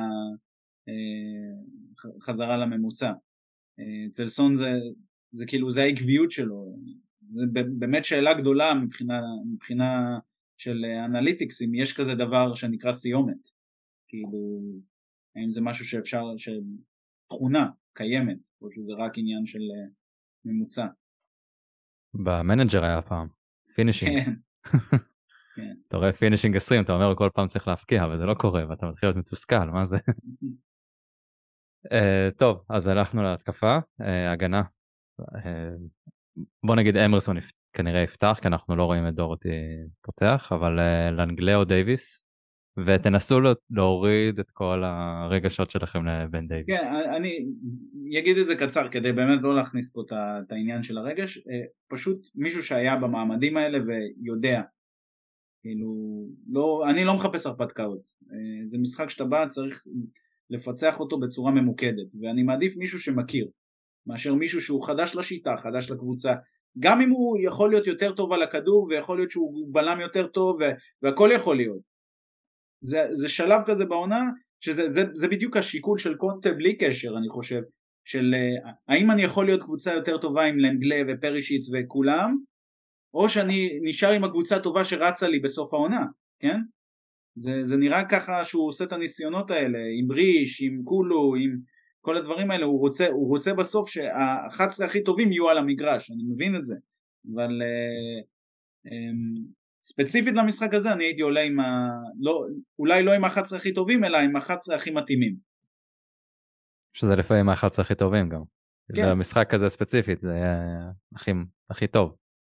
חזרה לממוצע. אצל סון זה, זה כאילו, זה העקביות שלו. זה באמת שאלה גדולה מבחינה, מבחינה של אנליטיקס, אם יש כזה דבר שנקרא סיומת. כאילו, האם זה משהו שאפשר, שתכונה קיימת, או שזה רק עניין של ממוצע. במנג'ר היה פעם, פינישינג. כן. אתה רואה פינישינג עשרים, אתה אומר כל פעם צריך להפקיע, אבל זה לא קורה, ואתה מתחיל להיות מתוסכל, מה זה? טוב, אז הלכנו להתקפה, הגנה. בוא נגיד אמרסון כנראה יפתח, כי אנחנו לא רואים את דורותי פותח, אבל לנגלה או דייביס, ותנסו להוריד את כל הרגשות שלכם לבן דייביס. כן, אני אגיד את זה קצר, כדי באמת לא להכניס פה את העניין של הרגש, פשוט מישהו שהיה במעמדים האלה ויודע, כאילו, לא, אני לא מחפש הרפתקאות, זה משחק שאתה בא, צריך לפצח אותו בצורה ממוקדת, ואני מעדיף מישהו שמכיר, מאשר מישהו שהוא חדש לשיטה, חדש לקבוצה, גם אם הוא יכול להיות יותר טוב על הכדור, ויכול להיות שהוא בלם יותר טוב, והכל יכול להיות. זה, זה שלב כזה בעונה, שזה זה, זה בדיוק השיקול של קונטה בלי קשר, אני חושב, של האם אני יכול להיות קבוצה יותר טובה עם לנגלה ופרישיץ וכולם, או שאני נשאר עם הקבוצה הטובה שרצה לי בסוף העונה, כן? זה, זה נראה ככה שהוא עושה את הניסיונות האלה, עם ריש, עם קולו, עם כל הדברים האלה, הוא רוצה, הוא רוצה בסוף שהאחת עשרה הכי טובים יהיו על המגרש, אני מבין את זה, אבל אה, אה, ספציפית למשחק הזה אני הייתי עולה עם ה... לא, אולי לא עם ה-אחד עשר הכי טובים, אלא עם ה-אחד עשר הכי מתאימים. שזה לפעמים ה-אחד עשר הכי טובים גם. כן. במשחק הזה ספציפית, זה הכי, הכי טוב.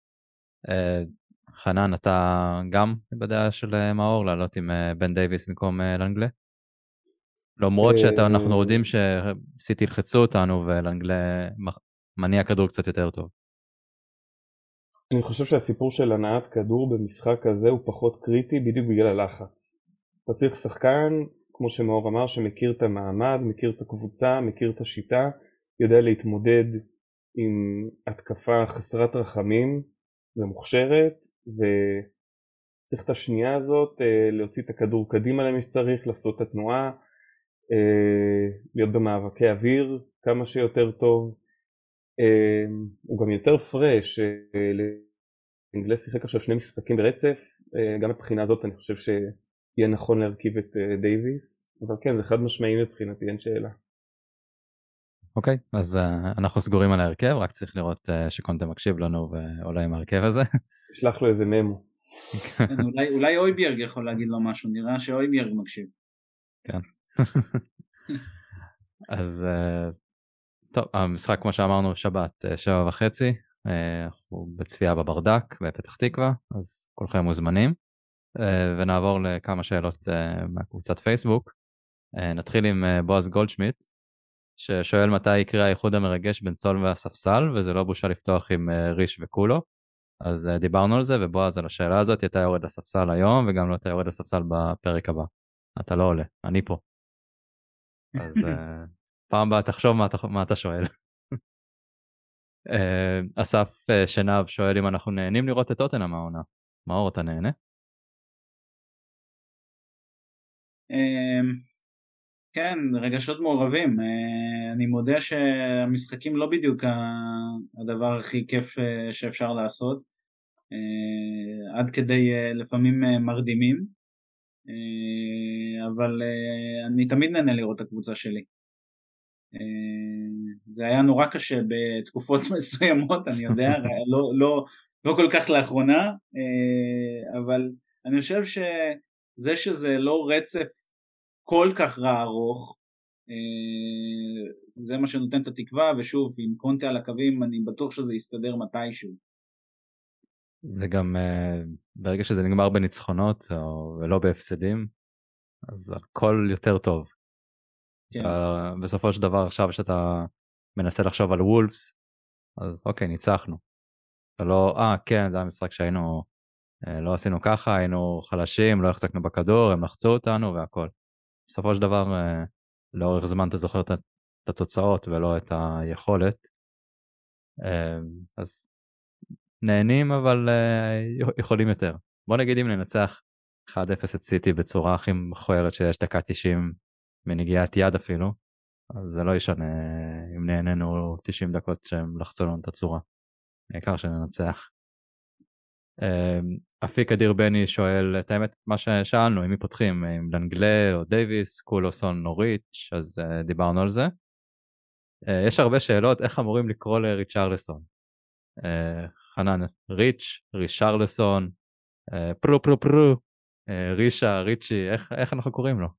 חנן, אתה גם בדעה של מאור לעלות עם בן דייביס במקום לנגלה? למרות שאנחנו יודעים שסיטי ילחצו אותנו ולנגלה מניע כדור קצת יותר טוב. אני חושב שהסיפור של הנעת כדור במשחק הזה הוא פחות קריטי בדיוק בגלל הלחץ. אתה צריך שחקן כמו שמאור אמר, שמכיר את המעמד, מכיר את הקבוצה, מכיר את השיטה, יודע להתמודד עם התקפה חסרת רחמים ומוכשרת, וצריך את השנייה הזאת, להוציא את הכדור קדימה למי שצריך, לעשות את התנועה, להיות במאבקי אוויר כמה שיותר טוב. הוא גם יותר פרש, אינגלס שיחק עכשיו שני משחקים ברצף, גם מבחינה הזאת אני חושב שיהיה נכון להרכיב את דייביס, אבל כן, זה חד משמעי מבחינתי, אין שאלה. אוקיי, אז אנחנו סגורים על ההרכב, רק צריך לראות שקונטה מקשיב לנו ועולה עם ההרכב הזה. נשלח לו איזה ממו. אולי אויביארג יכול להגיד לו משהו, נראה שאויביארג מקשיב. כן. אז טוב, המשחק כמו שאמרנו שבת שבע וחצי, אנחנו בצפייה בברדק בפתח תקווה, אז כולכם מוזמנים, ונעבור לכמה שאלות מהקבוצת פייסבוק. נתחיל עם בועז גולדשמיט, ששואל מתי יקרה האיחוד המרגש בין סול והספסל, וזה לא בושה לפתוח עם ריש וקולו. אז דיברנו על זה, ובועז על השאלה הזאת, אתה יורד לספסל היום, וגם לא אתה יורד לספסל בפרק הבא. אתה לא עולה, אני פה. אז פעם הבאה תחשוב מה אתה, מה אתה שואל. אסף שנב שואל אם אנחנו נהנים לראות את טוטנהאם העונה. מאור, אתה נהנה? כן, רגשות מעורבים. אני מודה שהמשחקים לא בדיוק הדבר הכי כיף שאפשר לעשות, עד כדי לפעמים מרדימים, אבל אני תמיד נהנה לראות את הקבוצה שלי. זה היה נורא קשה בתקופות מסוימות, אני יודע, לא, לא, לא כל כך לאחרונה, אבל אני חושב שזה שזה לא רצף כל כך רע ארוך, זה מה שנותן את התקווה, ושוב, עם קונטה על הקווים, אני בטוח שזה יסתדר מתישהו. זה גם, ברגע שזה נגמר בניצחונות, ולא בהפסדים, אז הכל יותר טוב. כן. בסופו של דבר, עכשיו שאתה מנסה לחשוב על וולפס, אז אוקיי, ניצחנו. אתה לא, אה, כן, זה המשחק שהיינו, לא עשינו ככה, היינו חלשים, לא החזקנו בכדור, הם לחצו אותנו והכל. בסופו של דבר, לאורך זמן אתה זוכר את התוצאות ולא את היכולת. אז נהנים, אבל יכולים יותר. בוא נגיד אם ננצח אחד אפס את סיטי בצורה הכי מכוערת שיש, דקה תשעים מנגיעת יד אפילו, אז זה לא ישנה אם נהנינו תשעים דקות שהם לחצו לנו את הצורה. העיקר שננצח. אפיק אדיר בני שואל את האמת מה ששאלנו, אם מי פותחים, עם לנגלה או דייביס, קולוסון או ריץ', אז דיברנו על זה. יש הרבה שאלות איך אמורים לקרוא לריצ'רלסון. חנן, ריץ', ריצ'רלסון, פרו פרו פרו, רישה, ריצ'י, איך, איך אנחנו קוראים לו?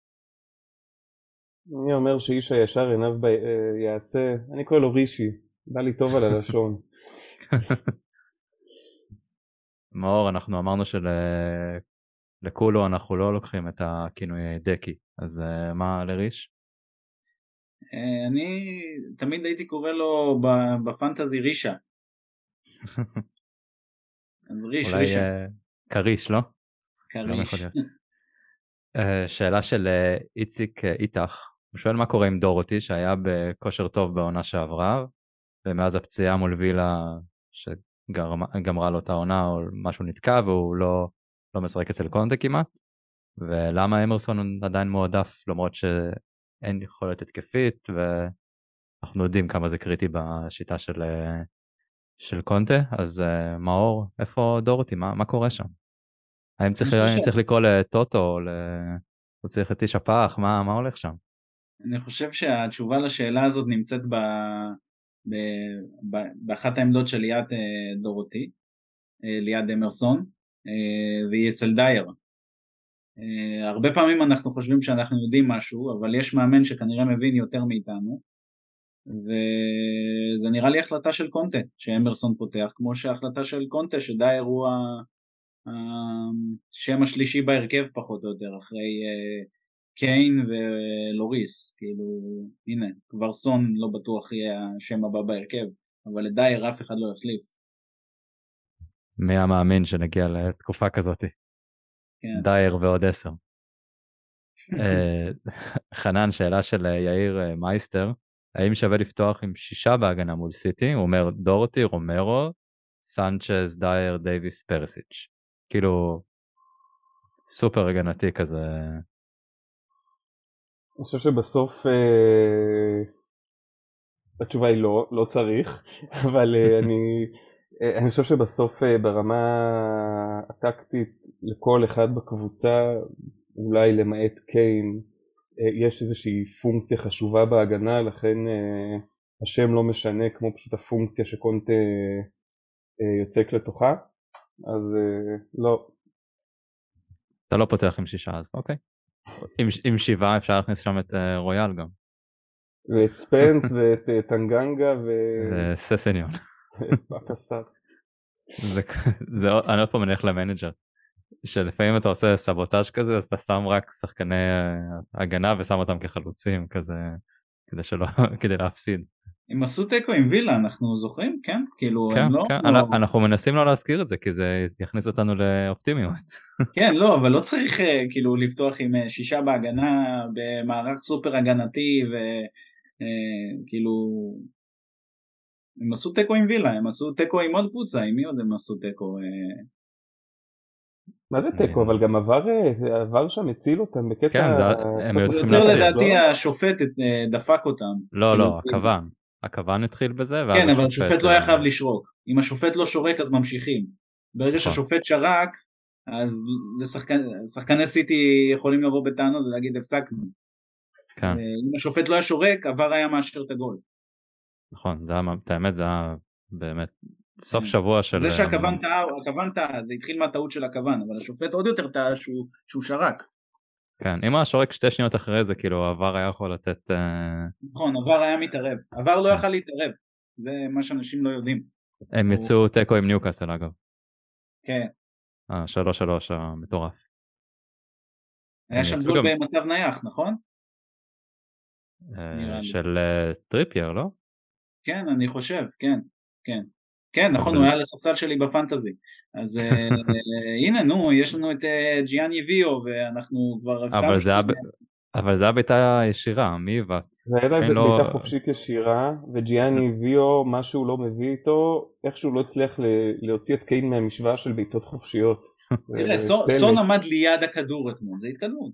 אני אומר שאיש הישר עיניו ב... יעשה, אני קורא לו רישי, בא לי טוב על הלשון. מאור, אנחנו אמרנו שלקולו אנחנו לא לוקחים את הכינוי דקי, אז מה לריש? אני תמיד הייתי קורא לו בפנטזי רישה. אז ריש, אולי רישה. קריש, לא? קריש. שאלה של איציק איתך, הוא שואל מה קורה עם דורותי שהיה בכושר טוב בעונה שעברה, ומאז הפציעה מול וילה שגמרה לו את העונה או משהו נתקע והוא לא, לא משחק אצל קונטה כמעט, ולמה אמרסון עדיין מועדף למרות שאין יכולת התקפית, ואנחנו יודעים כמה זה קריטי בשיטה של, של קונטה. אז מאור, איפה דורותי? מה, מה קורה שם? האם צריך, צריך לקרוא לטוטו או הוא צריך את איש הפח? מה, מה הולך שם? אני חושב שהתשובה לשאלה הזאת נמצאת ב... ב... ב... באחת העמדות של ליד דורותי, ליד אמרסון, והיא אצל דייר. הרבה פעמים אנחנו חושבים שאנחנו יודעים משהו, אבל יש מאמן שכנראה מבין יותר מאיתנו, וזה נראה לי החלטה של קונטה, שאמרסון פותח, כמו שההחלטה של קונטה שדייר הוא השם השלישי בהרכב פחות או יותר, אחרי קיין ולוריס, כאילו הנה, כבר סון לא בטוח יהיה השם הבא בהרכב, אבל לדייר אף אחד לא יחליף. מי המאמין שנגיע לתקופה כזאת? כן. דייר ועוד עשר. חנן, שאלה של יאיר מייסטר, האם שווה לפתוח עם שישה בהגנה מול סיטי? הוא אומר דורטי, רומרו, סנצ'ז, דייר, דייביס, פרסיץ'. כאילו סופר הגנתי כזה. אני חושב שבסוף אה, התשובה היא לא, לא צריך, אבל אה, אני, אה, אני חושב שבסוף אה, ברמה הטקטית לכל אחד בקבוצה, אולי למעט קיין, אה, יש איזושהי פונקציה חשובה בהגנה, לכן אה, השם לא משנה כמו פשוט הפונקציה שקונטה אה, יוצק לתוכה, אז אה, לא. אתה לא פותח עם שישה אז, אוקיי. עם, עם שבעה אפשר להכניס שם את uh, רויאל גם. ואת ספנס ואת uh, טנגנגה ו... וססניון. בקסר. זה, זה, אני עוד פעם מניח למנג'ר, שלפעמים אתה עושה סבוטאז' כזה, אז אתה שם רק שחקני הגנה ושם אותם כחלוצים, כזה, כדי שלא, כדי להפסיד. הם עשו טקו עם וילה, אנחנו זוכרים, כן? כאילו, כן, הם לא... כן, לא... אנחנו מנסים לא להזכיר את זה, כי זה יכניס אותנו לאופטימיות. כן, לא, אבל לא צריך כאילו לפתוח עם שישה בהגנה, במערך סופר הגנתי, וכאילו... הם עשו טקו עם וילה, הם עשו טקו עם עוד קבוצה, עם מי עוד הם עשו טקו? מה זה טקו? אבל גם עבר שם הציל אותם בקטע... כן, הם היו צריכים להציל. יותר לדעתי השופט דפק אותם. לא, לא, הכוון. הכוון התחיל בזה, כן, אבל השופט לא היה חייב לשרוק. אם השופט לא שורק אז ממשיכים. ברגע שהשופט שרק, אז שחקני סיטי יכולים לבוא בטענות ולהגיד הפסקנו. אם השופט לא היה שורק, עבר היה מאשר את הגול. נכון, את האמת זה היה באמת סוף שבוע של... זה שהכוון טעה, זה התחיל מהטעות של הכוון, אבל השופט עוד יותר טעה שהוא שרק. כן, אם השורק שתי שניות אחרי זה, כאילו עבר היה יכול לתת... נכון, עבר היה מתערב. עבר לא יכל להתערב, זה מה שאנשים לא יודעים. הם יצאו טקו עם ניוקאסל אגב. כן. שלוש שלוש המטורף. היה שם גול במצב נייח, נכון? של טריפייר, לא? כן, אני חושב, כן, כן. כן, נכון, הוא היה לספסל שלי בפנטזי. אז הנה, נו, יש לנו את ג'יאני ויו, ואנחנו כבר... אבל זה היה ביתה ישירה, מי עיוות? זה היה ביתה חופשית ישירה, וג'יאני ויו, מה שהוא לא מביא איתו, איכשהו לא הצליח להוציא את קיין מהמשוואה של ביתות חופשיות. תראה, סון עמד ליד הכדור אתמול, זה התקדמות.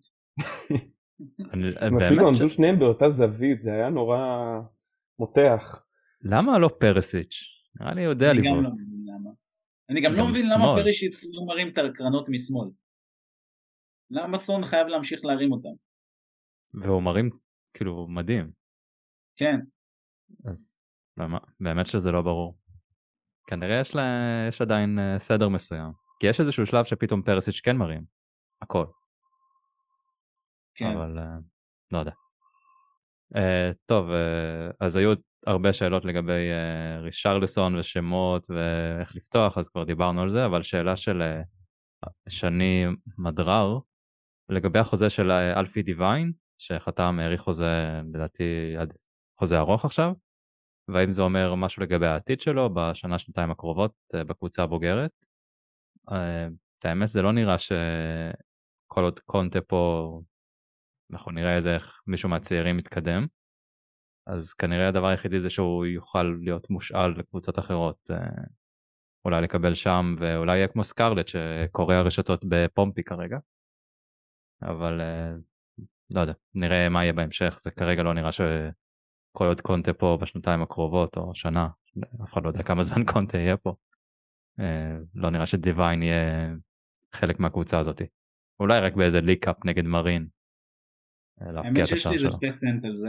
אפילו עמדו שניהם באותה זווית, זה היה נורא מותח. למה לא פרסיץ'? נראה לי יודע לבעוט. אני גם לא מבין למה פרסיץ' לא מרים את הקרנות משמאל. למה סון חייב להמשיך להרים אותם? והוא מרים כאילו מדהים. כן. אז באמת שזה לא ברור. כנראה יש, לה, יש עדיין סדר מסוים. כי יש איזשהו שלב שפתאום פרסיץ' כן מרים. הכל. כן. אבל לא יודע. טוב, אז היו הרבה שאלות לגבי רישרליסון ושמות ואיך לפתוח, אז כבר דיברנו על זה, אבל שאלה של שני מדרר, לגבי החוזה של אלפי דיוויין, שחתם העריך חוזה, לדעתי, עד חוזה ארוך עכשיו, והאם זה אומר משהו לגבי העתיד שלו בשנה שנתיים הקרובות בקבוצה הבוגרת. את האמת זה לא נראה שכל עוד קונטה פה, אנחנו נראה איזה מישהו מהצעירים מתקדם, אז כנראה הדבר היחידי זה שהוא יוכל להיות מושאל לקבוצות אחרות, אולי לקבל שם, ואולי יהיה כמו סקרלט שקורא הרשתות בפומפי כרגע, אבל לא יודע, נראה מה יהיה בהמשך, זה כרגע לא נראה שכל עוד קונטה פה בשנתיים הקרובות או שנה, אף אחד לא יודע כמה זמן קונטה יהיה פה, לא נראה שדיוויין יהיה חלק מהקבוצה הזאת, אולי רק באיזה ליקאפ נגד מרין, האמת שיש לי איזה שתי סנט על זה.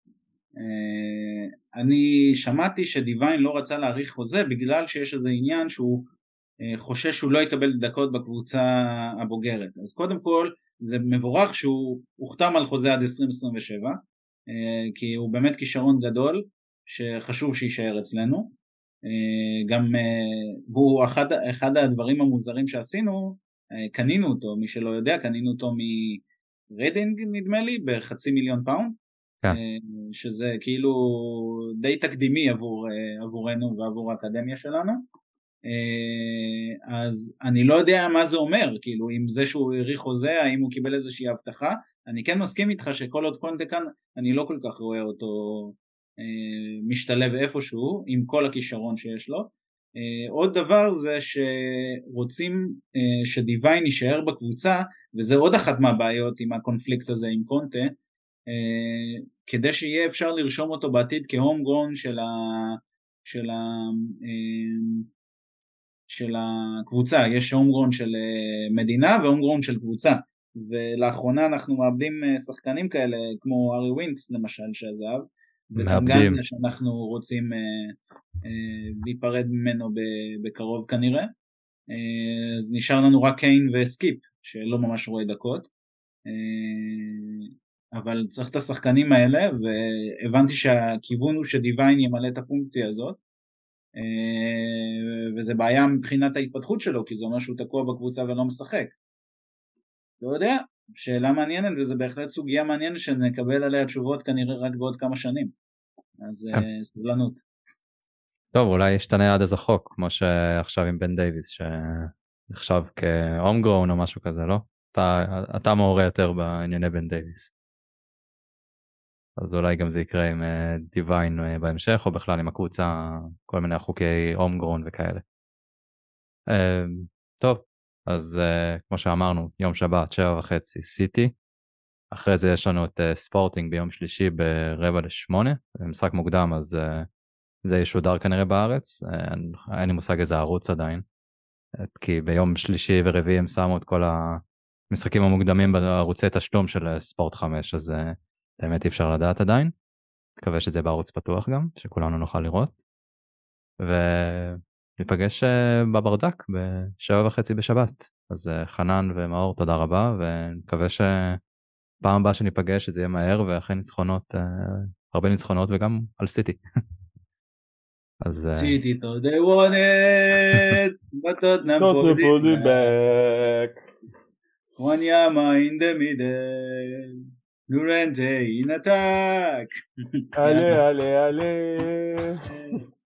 אני שמעתי שדיוויין לא רצה להאריך חוזה בגלל שיש איזה עניין שהוא חושש שהוא לא יקבל דקות בקבוצה הבוגרת. אז קודם כל זה מבורך שהוא הוחתם על חוזה עד עשרים עשרים ושבע, כי הוא באמת כישרון גדול שחשוב שישאר אצלנו. גם הוא אחד, אחד הדברים המוזרים שעשינו, קנינו אותו, מי שלא יודע, קנינו אותו מרדינג נדמה לי בחצי מיליון פאונד, כן. שזה כאילו די תקדימי עבור, עבורנו ועבור האקדמיה שלנו. אז אני לא יודע מה זה אומר, כאילו אם זה שהוא העריך חוזה, האם הוא קיבל איזושהי הבטחה, אני כן מסכים איתך שכל עוד קונטה כאן, אני לא כל כך רואה אותו אה, משתלב איפשהו, עם כל הכישרון שיש לו. אה, עוד דבר זה שרוצים אה, שדיוויין יישאר בקבוצה, וזה עוד אחת מהבעיות עם הקונפליקט הזה עם קונטה, אה, כדי שיהיה אפשר לרשום אותו בעתיד כהום גרון של ה... של ה... אה, של הקבוצה. יש הום גרון של מדינה והום גרון של קבוצה, ולאחרונה אנחנו מאבדים שחקנים כאלה כמו ארי ווינקס למשל שעזב, וטנגניה שאנחנו רוצים להיפרד ממנו בקרוב כנראה, אז נשאר לנו רק קיין וסקיפ שלא ממש רואה דקות, אבל צריך את השחקנים האלה, והבנתי שהכיוון הוא שדיוויין ימלא את הפונקציה הזאת, וזה בעיה מבחינת ההתפתחות שלו, כי זה אומר שהוא תקוע בקבוצה ולא משחק. לא יודע, שאלה מעניינת, וזה בהחלט סוגיה מעניינת שנקבל עליה תשובות כנראה רק בעוד כמה שנים, אז סבלנות. טוב, אולי ישתנה עד איזה חוק, כמו שעכשיו עם בן דייביס שנחשב כהום גרון או משהו כזה, לא? אתה, אתה מעורה יותר בענייני בן דייביס, אז אולי גם זה יקרה עם דיוויין בהמשך, או בכלל עם הקבוצה, כל מיני חוקי הום גרון וכאלה. טוב, אז כמו שאמרנו, יום שבת, שבע וחצי, סיטי. אחרי זה יש לנו את ספורטינג ביום שלישי ברבע לשמונה. זה משחק מוקדם, אז זה ישודר כנראה בארץ. אין לי מושג איזה ערוץ עדיין. כי ביום שלישי ורביעי הם שמו את כל המשחקים המוקדמים בערוצי תשלום של ספורט חמש, אז באמת אי אפשר לדעת עדיין. מקווה שזה בערוץ פתוח גם, שכולנו נוכל לראות. וניפגש בברדק בשבע וחצי בשבת. אז חנן ומאור, תודה רבה, ונקווה שפעם הבאה שניפגש שזה יהיה מהר, ואחרי ניצחונות, הרבה ניצחונות, וגם על סיטי. אז... סיטי, they want it, but Tottenham put it back. Wanyama in the middle. Llorente in attack. Ale, ale, ale.